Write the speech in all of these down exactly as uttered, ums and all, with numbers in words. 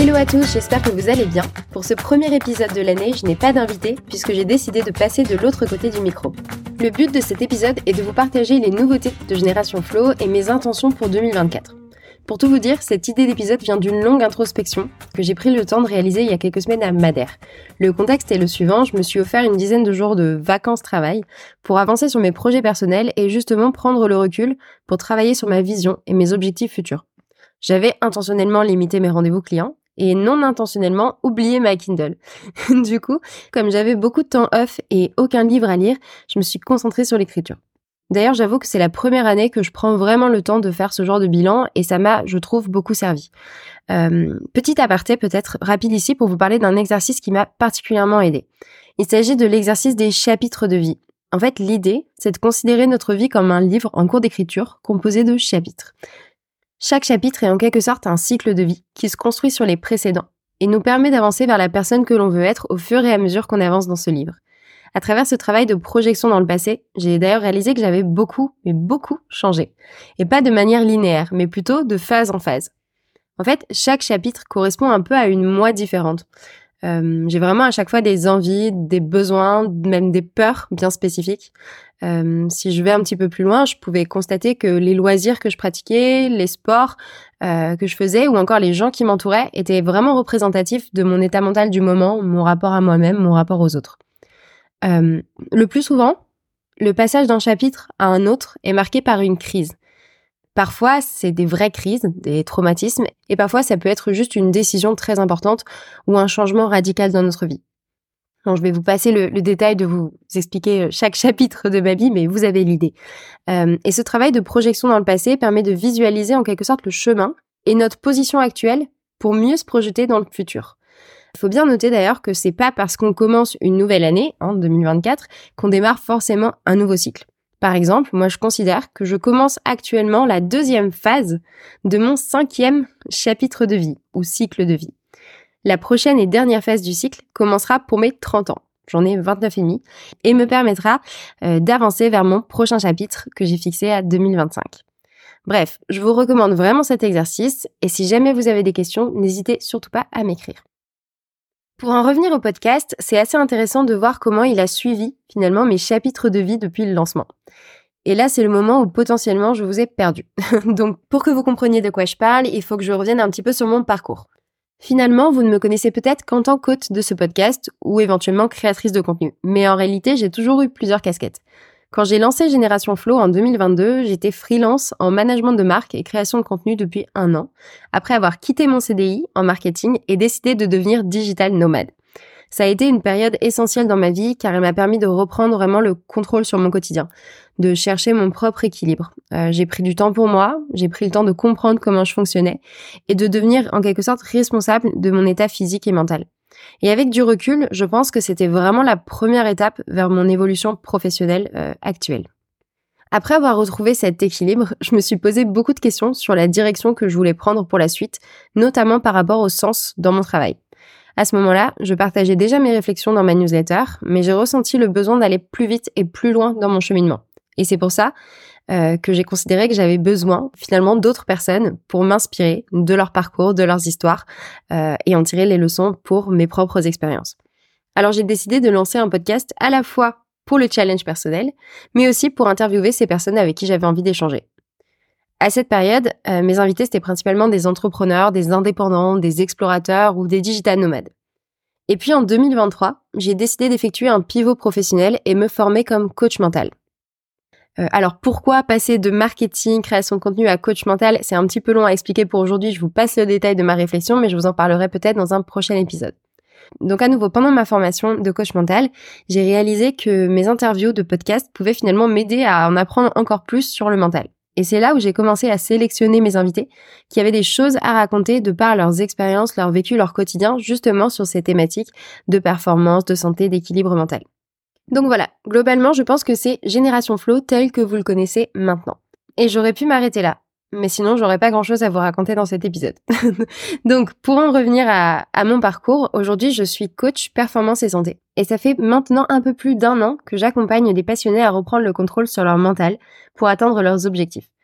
Hello à tous, j'espère que vous allez bien. Pour ce premier épisode de l'année, je n'ai pas d'invité puisque j'ai décidé de passer de l'autre côté du micro. Le but de cet épisode est de vous partager les nouveautés de Génération Flow et mes intentions pour deux mille vingt-quatre. Pour tout vous dire, cette idée d'épisode vient d'une longue introspection que j'ai pris le temps de réaliser il y a quelques semaines à Madère. Le contexte est le suivant, je me suis offert une dizaine de jours de vacances-travail pour avancer sur mes projets personnels et justement prendre le recul pour travailler sur ma vision et mes objectifs futurs. J'avais intentionnellement limité mes rendez-vous clients et non intentionnellement oublié ma Kindle. Du coup, comme j'avais beaucoup de temps off et aucun livre à lire, je me suis concentrée sur l'écriture. D'ailleurs, j'avoue que c'est la première année que je prends vraiment le temps de faire ce genre de bilan et ça m'a, je trouve, beaucoup servi. Euh, petit aparté peut-être rapide ici pour vous parler d'un exercice qui m'a particulièrement aidé. Il s'agit de l'exercice des chapitres de vie. En fait, l'idée, c'est de considérer notre vie comme un livre en cours d'écriture composé de chapitres. Chaque chapitre est en quelque sorte un cycle de vie qui se construit sur les précédents et nous permet d'avancer vers la personne que l'on veut être au fur et à mesure qu'on avance dans ce livre. À travers ce travail de projection dans le passé, j'ai d'ailleurs réalisé que j'avais beaucoup, mais beaucoup changé. Et pas de manière linéaire, mais plutôt de phase en phase. En fait, chaque chapitre correspond un peu à une moi différente. Euh, j'ai vraiment à chaque fois des envies, des besoins, même des peurs bien spécifiques. Euh, si je vais un petit peu plus loin, je pouvais constater que les loisirs que je pratiquais, les sports euh, que je faisais ou encore les gens qui m'entouraient étaient vraiment représentatifs de mon état mental du moment, mon rapport à moi-même, mon rapport aux autres. Euh, le plus souvent, le passage d'un chapitre à un autre est marqué par une crise. Parfois, c'est des vraies crises, des traumatismes, et parfois ça peut être juste une décision très importante ou un changement radical dans notre vie. Donc, je vais vous passer le, le détail de vous expliquer chaque chapitre de ma vie, mais vous avez l'idée. Euh, et ce travail de projection dans le passé permet de visualiser en quelque sorte le chemin et notre position actuelle pour mieux se projeter dans le futur. Il faut bien noter d'ailleurs que c'est pas parce qu'on commence une nouvelle année, en deux mille vingt-quatre, qu'on démarre forcément un nouveau cycle. Par exemple, moi je considère que je commence actuellement la deuxième phase de mon cinquième chapitre de vie, ou cycle de vie. La prochaine et dernière phase du cycle commencera pour mes trente ans, j'en ai vingt-neuf et demi, et me permettra euh, d'avancer vers mon prochain chapitre que j'ai fixé à deux mille vingt-cinq. Bref, je vous recommande vraiment cet exercice, et si jamais vous avez des questions, n'hésitez surtout pas à m'écrire. Pour en revenir au podcast, c'est assez intéressant de voir comment il a suivi finalement mes chapitres de vie depuis le lancement. Et là, c'est le moment où potentiellement je vous ai perdu. Donc pour que vous compreniez de quoi je parle, il faut que je revienne un petit peu sur mon parcours. Finalement, vous ne me connaissez peut-être qu'en tant qu'hôte de ce podcast ou éventuellement créatrice de contenu. Mais en réalité, j'ai toujours eu plusieurs casquettes. Quand j'ai lancé Génération Flow en deux mille vingt-deux, j'étais freelance en management de marque et création de contenu depuis un an, après avoir quitté mon C D I en marketing et décidé de devenir digital nomade. Ça a été une période essentielle dans ma vie car elle m'a permis de reprendre vraiment le contrôle sur mon quotidien, de chercher mon propre équilibre. Euh, j'ai pris du temps pour moi, j'ai pris le temps de comprendre comment je fonctionnais et de devenir en quelque sorte responsable de mon état physique et mental. Et avec du recul, je pense que c'était vraiment la première étape vers mon évolution professionnelle euh, actuelle. Après avoir retrouvé cet équilibre, je me suis posé beaucoup de questions sur la direction que je voulais prendre pour la suite, notamment par rapport au sens dans mon travail. À ce moment-là, je partageais déjà mes réflexions dans ma newsletter, mais j'ai ressenti le besoin d'aller plus vite et plus loin dans mon cheminement. Et c'est pour ça euh, que j'ai considéré que j'avais besoin finalement d'autres personnes pour m'inspirer de leur parcours, de leurs histoires euh, et en tirer les leçons pour mes propres expériences. Alors j'ai décidé de lancer un podcast à la fois pour le challenge personnel, mais aussi pour interviewer ces personnes avec qui j'avais envie d'échanger. À cette période, euh, mes invités c'était principalement des entrepreneurs, des indépendants, des explorateurs ou des digital nomades. Et puis en deux mille vingt-trois, j'ai décidé d'effectuer un pivot professionnel et me former comme coach mental. Euh, alors pourquoi passer de marketing, création de contenu à coach mental ? C'est un petit peu long à expliquer pour aujourd'hui, je vous passe le détail de ma réflexion, mais je vous en parlerai peut-être dans un prochain épisode. Donc à nouveau, pendant ma formation de coach mental, j'ai réalisé que mes interviews de podcast pouvaient finalement m'aider à en apprendre encore plus sur le mental. Et c'est là où j'ai commencé à sélectionner mes invités qui avaient des choses à raconter de par leurs expériences, leur vécu, leur quotidien, justement sur ces thématiques de performance, de santé, d'équilibre mental. Donc voilà, globalement, je pense que c'est Génération Flow tel que vous le connaissez maintenant. Et j'aurais pu m'arrêter là, mais sinon j'aurais pas grand-chose à vous raconter dans cet épisode. Donc pour en revenir à, à mon parcours, aujourd'hui je suis coach performance et santé. Et ça fait maintenant un peu plus d'un an que j'accompagne des passionnés à reprendre le contrôle sur leur mental pour atteindre leurs objectifs.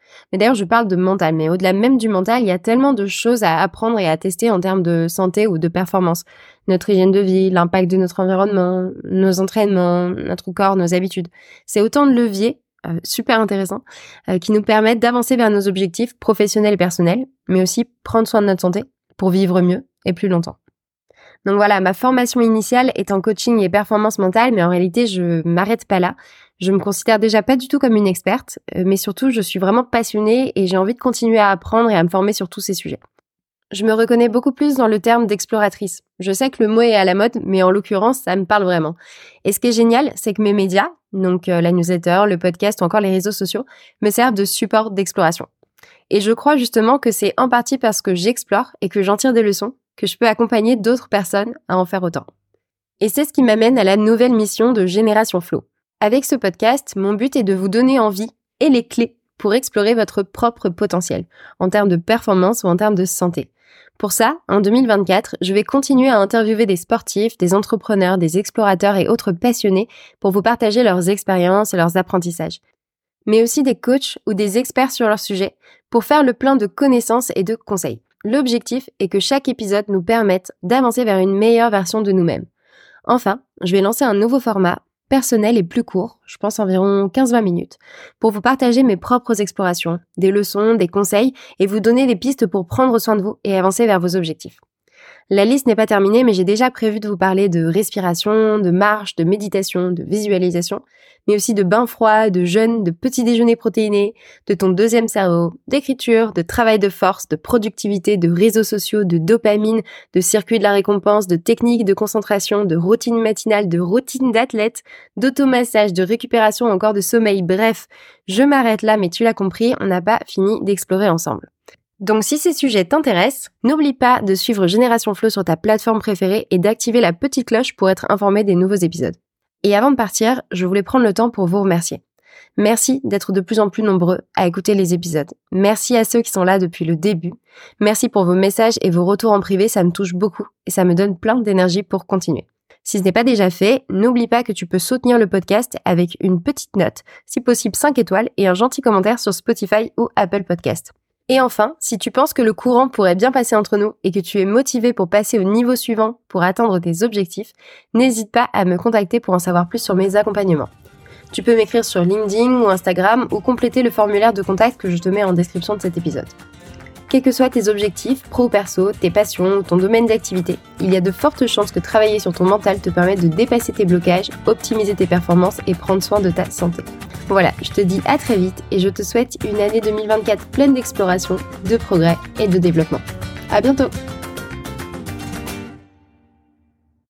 Mais d'ailleurs, je parle de mental, mais au-delà même du mental, il y a tellement de choses à apprendre et à tester en termes de santé ou de performance. Notre hygiène de vie, l'impact de notre environnement, nos entraînements, notre corps, nos habitudes. C'est autant de leviers euh, super intéressants euh, qui nous permettent d'avancer vers nos objectifs professionnels et personnels, mais aussi prendre soin de notre santé pour vivre mieux et plus longtemps. Donc voilà, ma formation initiale est en coaching et performance mentale, mais en réalité, je m'arrête pas là. Je me considère déjà pas du tout comme une experte, mais surtout, je suis vraiment passionnée et j'ai envie de continuer à apprendre et à me former sur tous ces sujets. Je me reconnais beaucoup plus dans le terme d'exploratrice. Je sais que le mot est à la mode, mais en l'occurrence, ça me parle vraiment. Et ce qui est génial, c'est que mes médias, donc euh, la newsletter, le podcast ou encore les réseaux sociaux, me servent de support d'exploration. Et je crois justement que c'est en partie parce que j'explore et que j'en tire des leçons que je peux accompagner d'autres personnes à en faire autant. Et c'est ce qui m'amène à la nouvelle mission de Génération Flow. Avec ce podcast, mon but est de vous donner envie et les clés pour explorer votre propre potentiel, en termes de performance ou en termes de santé. Pour ça, en deux mille vingt-quatre, je vais continuer à interviewer des sportifs, des entrepreneurs, des explorateurs et autres passionnés pour vous partager leurs expériences et leurs apprentissages. Mais aussi des coachs ou des experts sur leur sujet pour faire le plein de connaissances et de conseils. L'objectif est que chaque épisode nous permette d'avancer vers une meilleure version de nous-mêmes. Enfin, je vais lancer un nouveau format, personnel et plus court, je pense environ quinze à vingt minutes, pour vous partager mes propres explorations, des leçons, des conseils et vous donner des pistes pour prendre soin de vous et avancer vers vos objectifs. La liste n'est pas terminée, mais j'ai déjà prévu de vous parler de respiration, de marche, de méditation, de visualisation, mais aussi de bains froids, de jeûne, de petits déjeuners protéinés, de ton deuxième cerveau, d'écriture, de travail de force, de productivité, de réseaux sociaux, de dopamine, de circuit de la récompense, de techniques de concentration, de routine matinale, de routine d'athlète, d'automassage, de récupération, encore de sommeil. Bref, je m'arrête là, mais tu l'as compris, on n'a pas fini d'explorer ensemble. Donc si ces sujets t'intéressent, n'oublie pas de suivre Génération Flow sur ta plateforme préférée et d'activer la petite cloche pour être informé des nouveaux épisodes. Et avant de partir, je voulais prendre le temps pour vous remercier. Merci d'être de plus en plus nombreux à écouter les épisodes. Merci à ceux qui sont là depuis le début. Merci pour vos messages et vos retours en privé, ça me touche beaucoup et ça me donne plein d'énergie pour continuer. Si ce n'est pas déjà fait, n'oublie pas que tu peux soutenir le podcast avec une petite note, si possible cinq étoiles et un gentil commentaire sur Spotify ou Apple Podcast. Et enfin, si tu penses que le courant pourrait bien passer entre nous et que tu es motivé pour passer au niveau suivant pour atteindre tes objectifs, n'hésite pas à me contacter pour en savoir plus sur mes accompagnements. Tu peux m'écrire sur LinkedIn ou Instagram ou compléter le formulaire de contact que je te mets en description de cet épisode. Quels que soient tes objectifs, pro ou perso, tes passions ou ton domaine d'activité, il y a de fortes chances que travailler sur ton mental te permette de dépasser tes blocages, optimiser tes performances et prendre soin de ta santé. Voilà, je te dis à très vite et je te souhaite une année deux mille vingt-quatre pleine d'exploration, de progrès et de développement. À bientôt!